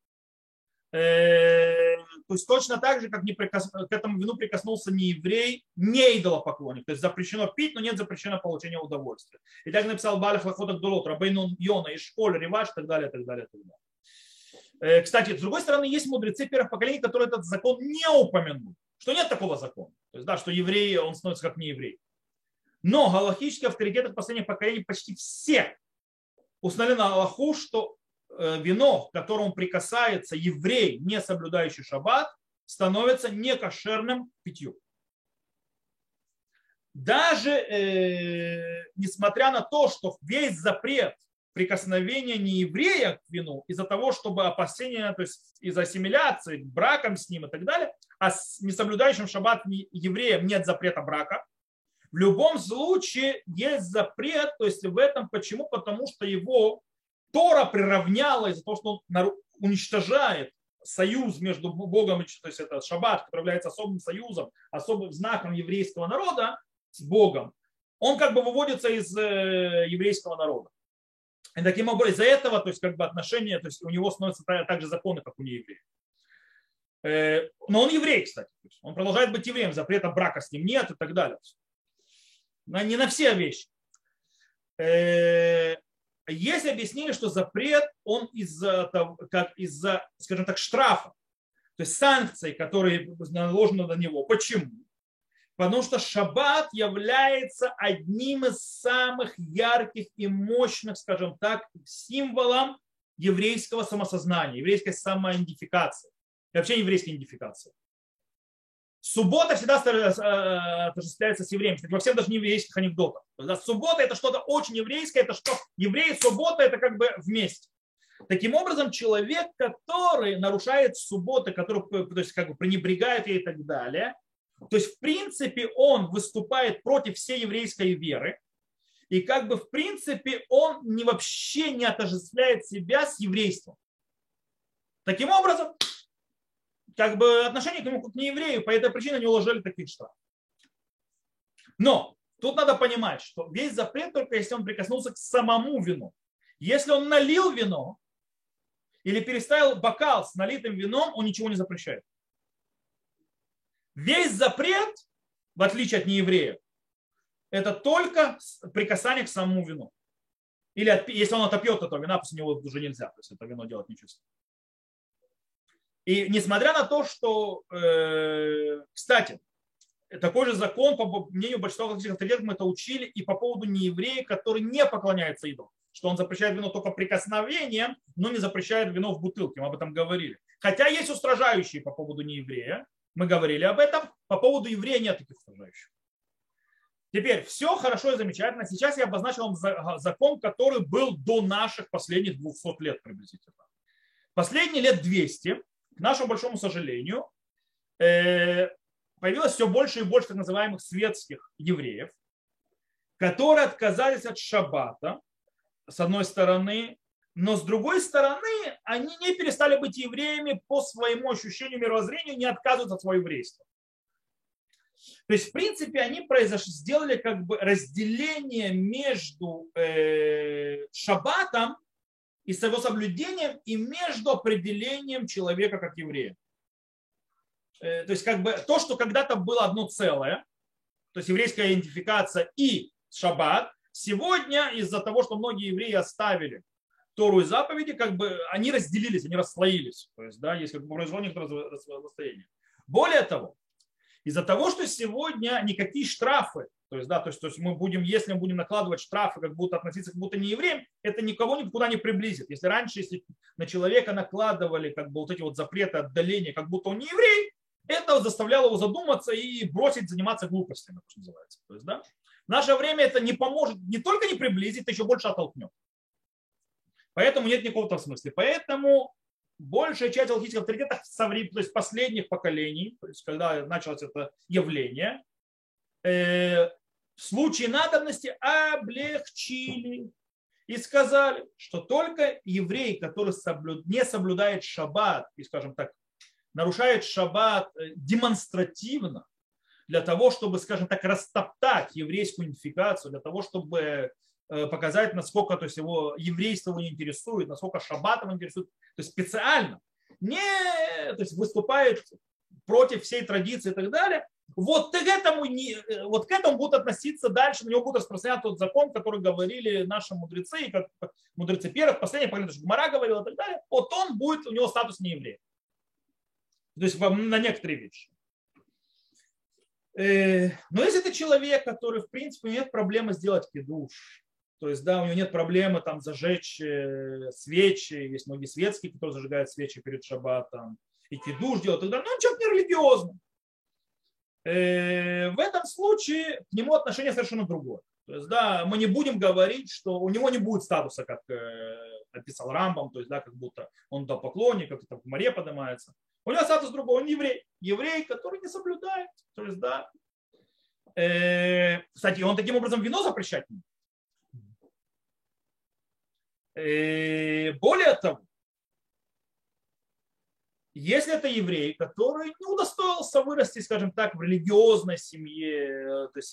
То есть точно так же, как к этому вину прикоснулся нееврей, не идолопоклонник. То есть запрещено пить, но нет запрещено получения удовольствия. И так написал Балях Лаходах Дулот, Рабейнун Йона, Ишколь, Риваш, и так далее, и так далее, и так далее. Кстати, с другой стороны, есть мудрецы первых поколений, которые этот закон не упомянут. Что нет такого закона. То есть, да, что еврей, он становится как нееврей. Но галахические авторитеты последних поколений почти все установили на Аллаху, что вино, к которому прикасается еврей, не соблюдающий шаббат, становится некошерным питью. Даже несмотря на то, что весь запрет прикосновения нееврея к вину из-за того, чтобы опасения, то есть из-за ассимиляции, браком с ним и так далее, а с несоблюдающим шаббат евреем нет запрета брака, в любом случае есть запрет, то есть в этом почему? Потому что его Тора приравняла из-за того, что он уничтожает союз между Богом, то есть это шаббат, который является особым союзом, особым знаком еврейского народа с Богом, он как бы выводится из еврейского народа. И таким образом, из-за этого, то есть как бы отношения, то есть у него становятся так же законы, как у нееврея. Но он еврей, кстати. Он продолжает быть евреем, запрета брака с ним нет и так далее. Не на все вещи. Есть объяснение, что запрет, он из-за, скажем так, штрафа, то есть санкций, которые наложены на него. Почему? Потому что шаббат является одним из самых ярких и мощных, скажем так, символом еврейского самосознания, еврейской самоидентификации, и вообще еврейской идентификации. Суббота всегда отождествляется с евреем, во всех даже нееврейских анекдотах. Суббота – это что-то очень еврейское, это что евреи и суббота – это как бы вместе. Таким образом, человек, который нарушает субботы, который, то есть как бы пренебрегает ей и так далее, то есть в принципе он выступает против всей еврейской веры, и как бы в принципе он вообще не отождествляет себя с еврейством. Таким образом, как бы отношение к нему как к нееврею, по этой причине не уложили таких штрафов. Но тут надо понимать, что весь запрет только если он прикоснулся к самому вину. Если он налил вино или переставил бокал с налитым вином, он ничего не запрещает. Весь запрет, в отличие от нееврея, это только прикасание к самому вину. Или если он отопьет это вина, после него уже нельзя, то есть это вино делать нечестно. И несмотря на то, что, кстати, такой же закон, по мнению большинства авторитетов, мы это учили и по поводу нееврея, который не поклоняется идолу, что он запрещает вино только прикосновением, но не запрещает вино в бутылке, мы об этом говорили. Хотя есть устражающие по поводу нееврея, мы говорили об этом, по поводу еврея нет таких устражающих. Теперь все хорошо и замечательно. Сейчас я обозначил вам закон, который был до наших последних 200 лет приблизительно. Последние лет 200, к нашему большому сожалению, появилось все больше и больше так называемых светских евреев, которые отказались от шаббата, с одной стороны, Но с другой стороны, они не перестали быть евреями по своему ощущению мировоззрению, не отказываются от своего еврейства. То есть, в принципе, они сделали как бы разделение между шаббатом и с его соблюдением и между определением человека как еврея. То есть, как бы то, что когда-то было одно целое, то есть еврейская идентификация и шаббат, сегодня из-за того, что многие евреи оставили Тору и заповеди, как бы они разделились, они расслоились. То есть, да, есть как бы произошло некоторое расслоение. Более того, из-за того, что сегодня никакие штрафы, то есть мы будем, если мы будем накладывать штрафы, как будто относиться как будто не евреем, это никого никуда не приблизит. Если раньше, если на человека накладывали как бы вот эти вот запреты отдаления, как будто он не еврей, это заставляло его задуматься и бросить заниматься глупостями, что называется. То есть, да, в наше время это не поможет, не только не приблизит, а еще больше оттолкнет. Поэтому нет никакого смысла. Поэтому большая часть алхимических авторитетов, то есть последних поколений, то есть когда началось это явление, в случае надобности облегчили и сказали, что только еврей, который не соблюдает шаббат и, скажем так, нарушает шаббат демонстративно для того, чтобы, скажем так, растоптать еврейскую идентификацию, для того, чтобы показать, насколько, то есть, его еврейство его не интересует, насколько шаббат его интересует, то есть специально то есть выступает против всей традиции и так далее, вот к этому будут относиться дальше, на него будут распространяться тот закон, который говорили наши мудрецы, и как мудрецы первых, последних поколений, что Гмара говорила и так далее, вот он будет, у него статус не еврея. То есть на некоторые вещи. Но если это человек, который, в принципе, нет проблемы сделать кидуш, то есть, да, у него нет проблемы там зажечь свечи, есть многие светские, которые зажигают свечи перед шаббатом, и кидуш делают, но он человек не религиозный. В этом случае к нему отношение совершенно другое. То есть, да, мы не будем говорить, что у него не будет статуса, как описал Рамбам, то есть, да, как будто он поклонник, как это в море поднимается. У него статус другой, он еврей. Еврей, который не соблюдает. То есть, да. Кстати, он таким образом вино запрещать не может. Более того, если это еврей, который не удостоился вырасти, скажем так, в религиозной семье, то есть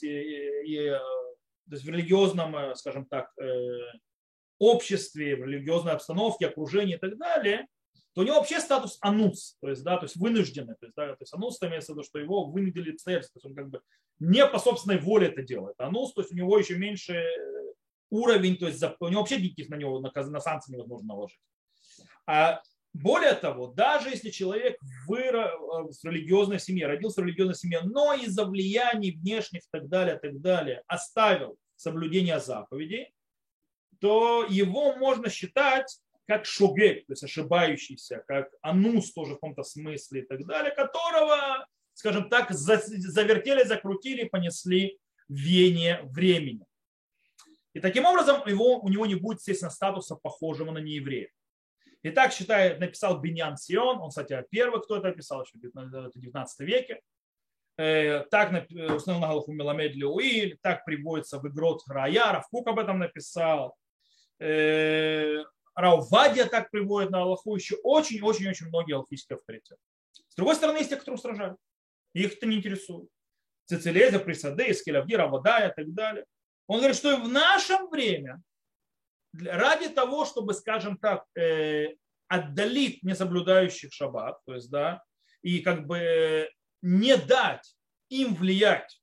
в религиозном, скажем так, обществе, в религиозной обстановке, окружении и так далее, то у него вообще статус анус, то есть, да, то есть вынужденный. То есть анус имеется в виду, что его вынудили обстоятельства, то есть он как бы не по собственной воле это делает. Анус, то есть у него еще меньше уровень, то есть у него вообще никаких на него на санкции невозможно наложить. А более того, даже если человек вырос в религиозной семье, родился в религиозной семье, но из-за влияний внешних и так далее, оставил соблюдение заповедей, то его можно считать как шогек, то есть ошибающийся, как анус тоже в каком-то смысле и так далее, которого, скажем так, завертели, закрутили, понесли веяние времени. И таким образом у него не будет, естественно, статуса похожего на нееврея. И так написал Биньян Сион, он, кстати, первый, кто это написал, еще в 19 веке. Так установил на Галаху Меламед Леуиль, так приводится в Игрот Рая, Рав Кук об этом написал. Рав Вадья так приводит на Галаху, еще очень-очень-очень многие алхимические авторитеты. С другой стороны, есть те, которые устражают. Их это не интересует. Цицелеза, Присаде, Искелявди, Равадая и так далее. Он говорит, что и в наше время, ради того, чтобы, скажем так, отдалить несоблюдающих шаббат, то есть, да, и как бы не дать им влиять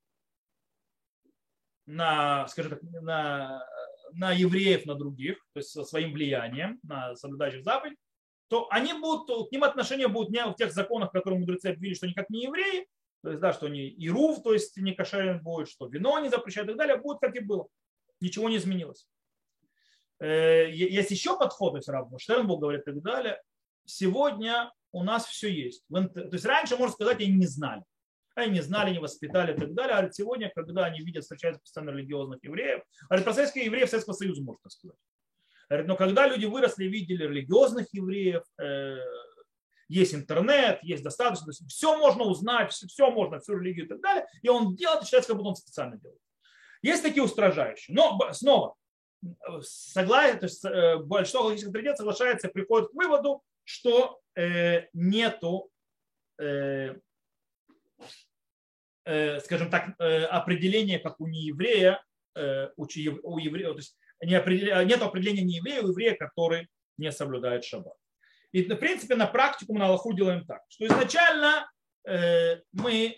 на, скажем так, на евреев, на других, то есть со своим влиянием на соблюдающих заповедь, то они будут, к ним отношения будут не в тех законах, которые мудрецы объявили, что они как не евреи, то есть, да, что они и рув, то есть не кошерен будет, что вино не запрещают и так далее, будет как и было. Ничего не изменилось. Есть еще подход, то есть Рав Штернбург говорит и так далее. Сегодня у нас все есть. То есть раньше, можно сказать, они не знали. Они не знали, не воспитали и так далее. А сегодня, когда они видят, встречаются постоянно религиозных евреев, про советских евреев Советского Союза, можно сказать. Но когда люди выросли, видели религиозных евреев, есть интернет, есть достаточно, то есть все можно узнать, все можно, всю религию и так далее, и он делает, считается, как будто он специально делает. Есть такие устражающие. Но снова, согласен, то есть большинство логических традиций соглашается, приходит к выводу, что нету, скажем так, определения, как у нееврея, у еврея, то есть нет определения нееврея у еврея, который не соблюдает шаббат. И, в принципе, на практику мы на Аллаху делаем так, что изначально мы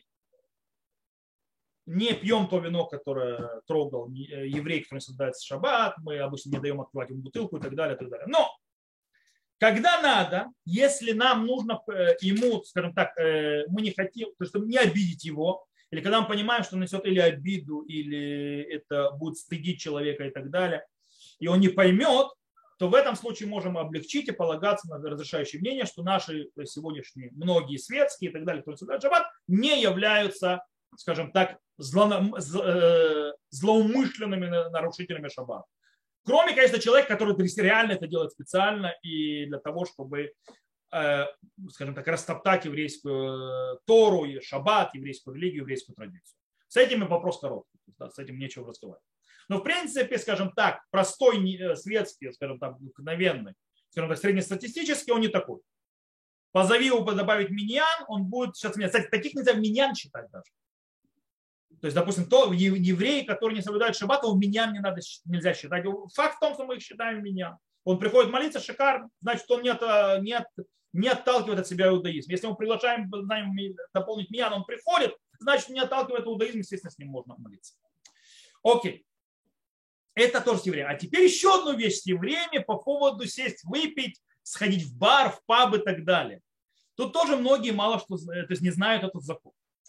не пьем то вино, которое трогал еврей, который не соблюдает шаббат, мы обычно не даем открывать ему бутылку и так далее, и так далее. Но когда надо, если нам нужно ему, скажем так, мы не хотим, то есть не обидеть его, или когда мы понимаем, что он несет или обиду, или это будет стыдить человека и так далее, и он не поймет, то в этом случае можем облегчить и полагаться на разрешающее мнение, что наши сегодняшние многие светские и так далее, которые соблюдают шаббат, не являются, скажем так, злоумышленными нарушителями шаббата. Кроме, конечно, человека, который реально это делает специально и для того, чтобы, скажем так, растоптать еврейскую Тору, шаббат, еврейскую религию, еврейскую традицию. С этим и вопрос короткий, да, с этим нечего разговаривать. Но, в принципе, скажем так, простой светский, скажем так, обыкновенный, скажем так, среднестатистический, он не такой. Позови его добавить миньян, он будет сейчас меня. Кстати, таких нельзя в миньян считать даже. То есть, допустим, евреи, которые не соблюдают шаббат, в миньян нельзя считать. Факт в том, что мы их считаем миньян. Он приходит молиться, шикарно, значит, он не отталкивает от себя иудаизм. Если мы приглашаем, знаем, дополнить миньян, он приходит, значит, не отталкивает иудаизм, естественно, с ним можно молиться. Окей. Это тоже с евреями. А теперь еще одну вещь с евреями по поводу сесть, выпить, сходить в бар, в паб и так далее. Тут тоже многие мало что, то есть не знают этот закон.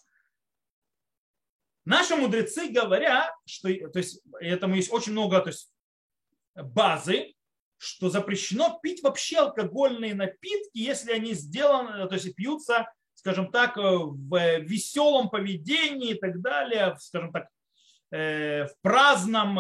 Наши мудрецы говорят, что, то есть, этому есть очень много, то есть, базы, что запрещено пить вообще алкогольные напитки, если они сделаны, то есть пьются, скажем так, в веселом поведении и так далее, скажем так, в праздном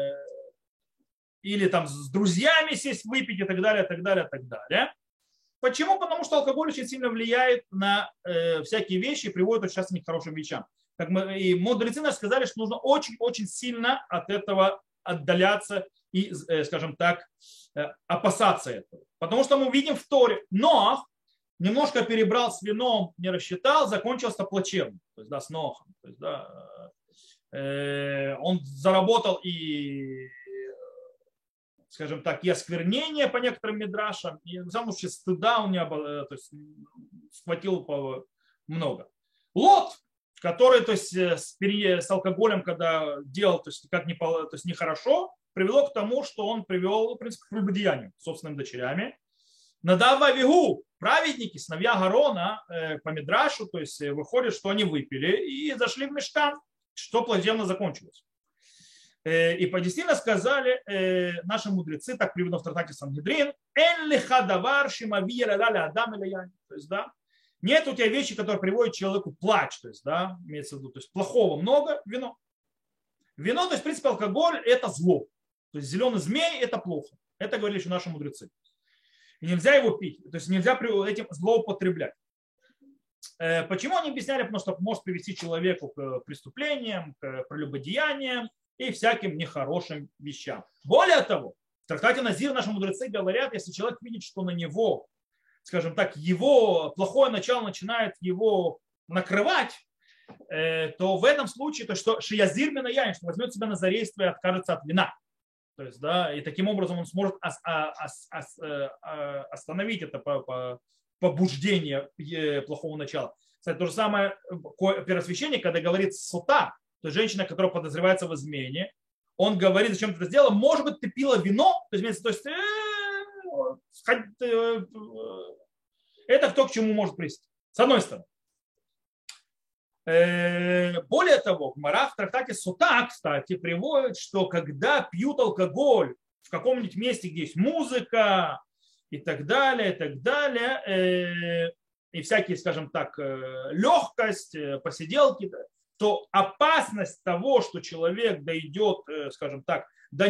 или там с друзьями сесть выпить и так далее, и так далее, и так далее. Почему? Потому что алкоголь очень сильно влияет на всякие вещи и приводит очень часто к нехорошим вещам. И мудрецы нам сказали, что нужно очень-очень сильно от этого отдаляться и, скажем так, опасаться этого. Потому что мы видим в Торе, Ноах немножко перебрал с вином, не рассчитал, закончился плачевно. То есть, да, с Ноахом. То есть, да, он заработал и, скажем так, и осквернение по некоторым мидрашам, и в самом случае стыда он не то есть, схватил много. Лот, который, то есть, с алкоголем, когда делал, то есть, как то есть, нехорошо, привело к тому, что он привел, в принципе, к прелюбодеянию собственными дочерями. Надав и Авигу, праведники, сыновья Гарона, по мидрашу, то есть, выходит, что они выпили и зашли в мишкан, что плачевно закончилось. И действительно сказали наши мудрецы, так приведено в трактате Сангедрин, то есть, да, нет у тебя вещи, которые приводят человеку плач, то есть, да, имеется в виду, то есть плохого много, вино. Вино, то есть, в принципе, алкоголь – это зло. То есть зеленый змей – это плохо. Это говорили еще наши мудрецы. И нельзя его пить, то есть нельзя этим злоупотреблять. Почему они объясняли? Потому что может привести человеку к преступлениям, к прелюбодеяниям и всяким нехорошим вещам. Более того, в трактате Назир наши мудрецы говорят, если человек видит, что на него, скажем так, его плохое начало начинает его накрывать, то в этом случае, то что шиязир минаяин, что возьмет себя на зарейство и откажется от вина. То есть, да, и таким образом он сможет остановить это побуждение плохого начала. Кстати, то же самое первосвященник, когда говорит сута, то есть женщина, которая подозревается в измене, он говорит, зачем ты это сделала, может быть, ты пила вино, то есть это кто к чему может привести. С одной стороны. Более того, Гмара в трактате Сута, кстати, приводит, что когда пьют алкоголь в каком-нибудь месте, где есть музыка и так далее, и всякие, скажем так, легкость, посиделки, то опасность того, что человек дойдет, скажем так, до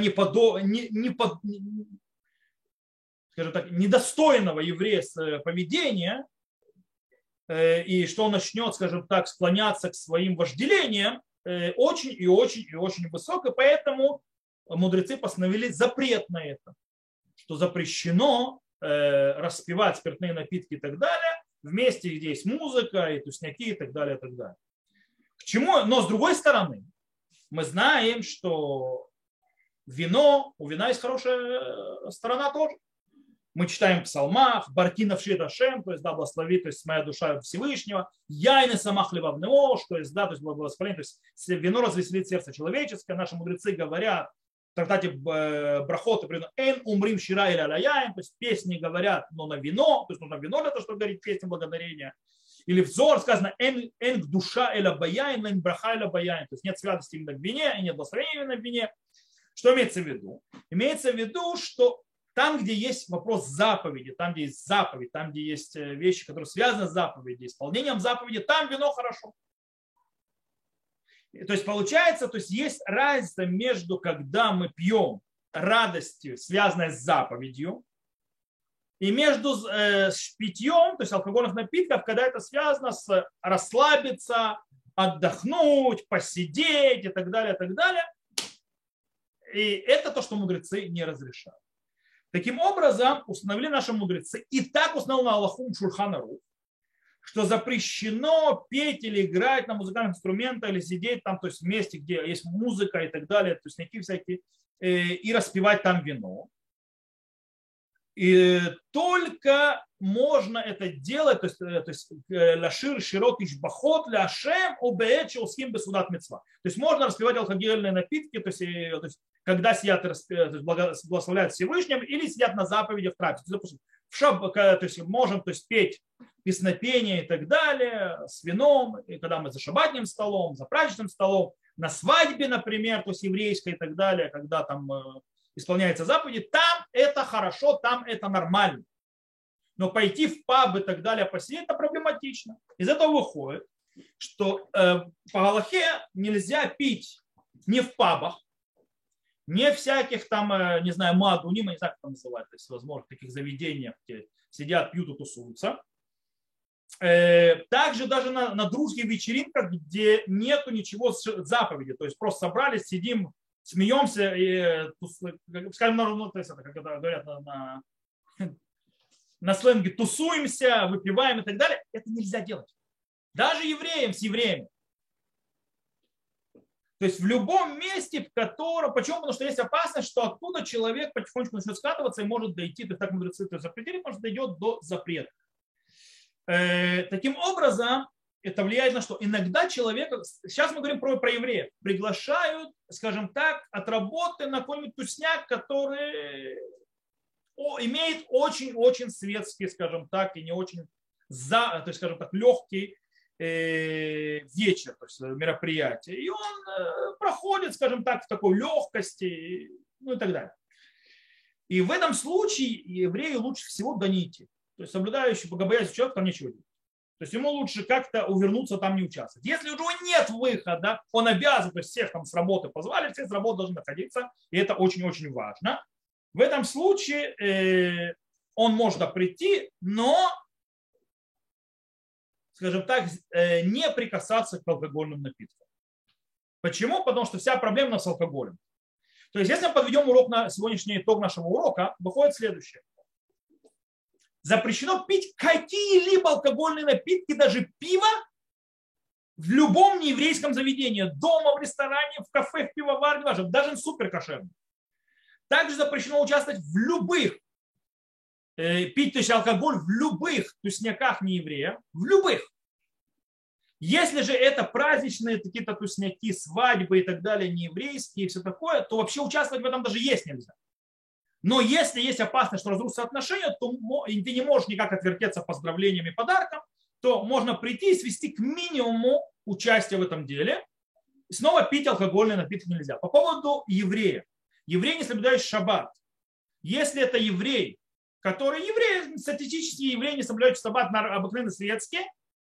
скажем так, недостойного еврейского поведения, и что он начнет, скажем так, склоняться к своим вожделениям, очень и очень и очень высокая. Поэтому мудрецы постановили запрет на это, что запрещено распивать спиртные напитки и так далее в месте, где есть музыка и тусняки и так далее, и так далее. К чему? Но с другой стороны, мы знаем, что у вина есть хорошая сторона тоже. Мы читаем в псалмах, «Баркинов шит Ашем», то есть, да, благослови, то есть, моя душа Всевышнего, «Яйны самах левавнео», то есть, да, то есть, благословение, то есть, вино развеселит сердце человеческое. Наши мудрецы говорят в трактате Брахот, «Эн умрим шира или аляяем», то есть, песни говорят, но на вино, то есть, нужно вино для того, чтобы говорить песни благодарения. Или взор сказано, «Эн душа эля баяин, эн браха эля баяин», то есть, нет святости именно в вине, и нет благословения именно в вине. Что имеется в виду? Имеется в виду, что там, где есть вопрос заповеди, там, где есть заповедь, там, где есть вещи, которые связаны с заповедью, исполнением заповеди, там вино хорошо. То есть получается, то есть есть разница между, когда мы пьем радостью, связанной с заповедью, и между питьем, то есть алкогольных напитков, когда это связано с расслабиться, отдохнуть, посидеть и так далее, и так далее. И это то, что мудрецы не разрешают. Таким образом, установили наши мудрецы, и так установил на Аллаху Шульхан Арух, что запрещено петь или играть на музыкальных инструментах, или сидеть там, то есть в месте, где есть музыка и так далее, то есть такие всякие, и распивать там вино. И только можно это делать, то есть лашир широкий бахот ляшем обеэчи усхим бесудат мецва. То есть можно распивать алкогольные напитки, то есть когда сидят, благословляют Всевышним, или сидят на заповеди в трапезе. Допустим, то есть можем, то есть, петь песнопения и так далее с вином, и когда мы за шабатным столом, за праздничным столом, на свадьбе, например, то есть еврейской и так далее, когда там исполняются заповеди, там это хорошо, там это нормально. Но пойти в паб и так далее посидеть, это проблематично. Из этого выходит, что по Галахе нельзя пить не в пабах, не всяких там, не знаю, мадуним, не знаю, как это называют, то есть, возможно, в таких заведениях, где сидят, пьют и тусуются. Также даже на дружеских вечеринках, где нету ничего заповеди, то есть просто собрались, сидим, смеемся, и, скажем, то есть это, как говорят на сленге, тусуемся, выпиваем и так далее, это нельзя делать. Даже евреям с евреями. То есть в любом месте, в котором... Почему? Потому что есть опасность, что оттуда человек потихонечку начнет скатываться и может дойти, то есть так мудрецы запретили, потому что дойдет до запрета. Таким образом, это влияет на что? Иногда человека... Сейчас мы говорим про евреев. Приглашают, скажем так, от работы на какой-нибудь тусняк, который имеет очень-очень светский, скажем так, и не очень, то есть, скажем так, легкий вечер, то есть мероприятие. И он проходит, скажем так, в такой легкости, ну и так далее. И в этом случае еврею лучше всего до не идти. То есть соблюдающий богобоязненный человек там ничего делать. То есть ему лучше как-то увернуться, там не участвовать. Если у него нет выхода, он обязан, то есть всех там с работы позвали, все с работы должны находиться, и это очень-очень важно. В этом случае он может прийти, но, скажем так, не прикасаться к алкогольным напиткам. Почему? Потому что вся проблема с алкоголем. То есть, если мы подведем урок на сегодняшний итог нашего урока, выходит следующее. Запрещено пить какие-либо алкогольные напитки, даже пиво, в любом нееврейском заведении. Дома, в ресторане, в кафе, в пивоварне, даже в суперкошерном. Также запрещено участвовать в любых, пить, то есть алкоголь в любых тусняках нееврея, в любых. Если же это праздничные какие-то тусняки, свадьбы и так далее, нееврейские и все такое, то вообще участвовать в этом даже есть нельзя. Но если есть опасность, что разрушатся отношения, то ты не можешь никак отвертеться поздравлениям и подаркам, то можно прийти и свести к минимуму участия в этом деле. И снова пить алкогольные напитки нельзя. По поводу еврея. Еврей, не соблюдающий шаббат. Если это еврей, который еврей, статистический еврей, не соблюдающий шаббат на обыкновенные светские,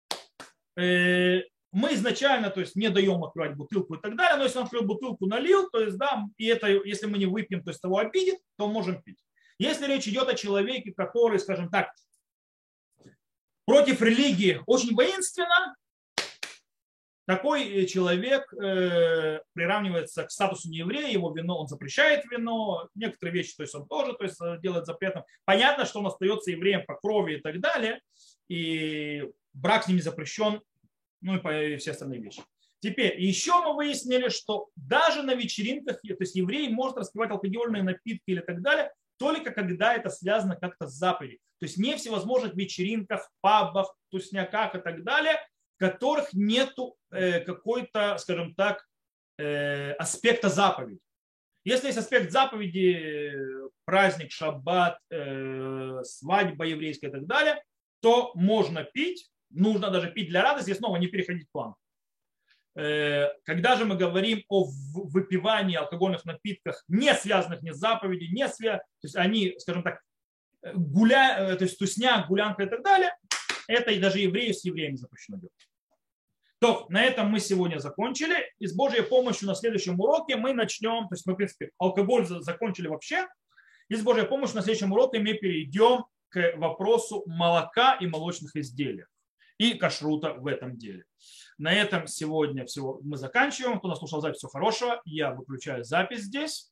мы изначально, то есть, не даем открывать бутылку и так далее, но если он открыл бутылку, налил, то есть, да, и это, если мы не выпьем, то есть того обидит, то можем пить. Если речь идет о человеке, который, скажем так, против религии очень воинственно, такой человек приравнивается к статусу нееврея, его вино, он запрещает вино, некоторые вещи, то есть он тоже то есть, делает запретным. Понятно, что он остается евреем по крови и так далее, и брак с ними запрещен, ну и все остальные вещи. Теперь, еще мы выяснили, что даже на вечеринках, то есть еврей может распивать алкогольные напитки или так далее, только когда это связано как-то с заповедью. То есть не всевозможных вечеринках, пабах, тусняках и так далее, в которых нету какой-то, скажем так, аспекта заповеди. Если есть аспект заповеди, праздник, шаббат, свадьба еврейская и так далее, то можно пить, нужно даже пить для радости, и снова не переходить план. Когда же мы говорим о выпивании алкогольных напитках, не связанных ни с заповедью, то есть они, скажем так, то есть тусня, гулянка и так далее, это и даже евреи с евреями запрещено делать. То, на этом мы сегодня закончили. И с Божьей помощью на следующем уроке мы начнем, то есть мы, в принципе, алкоголь закончили вообще. И с Божьей помощью на следующем уроке мы перейдем к вопросу молока и молочных изделий и кашрута в этом деле. На этом сегодня все мы заканчиваем. Кто нас слушал запись, всего хорошего. Я выключаю запись здесь.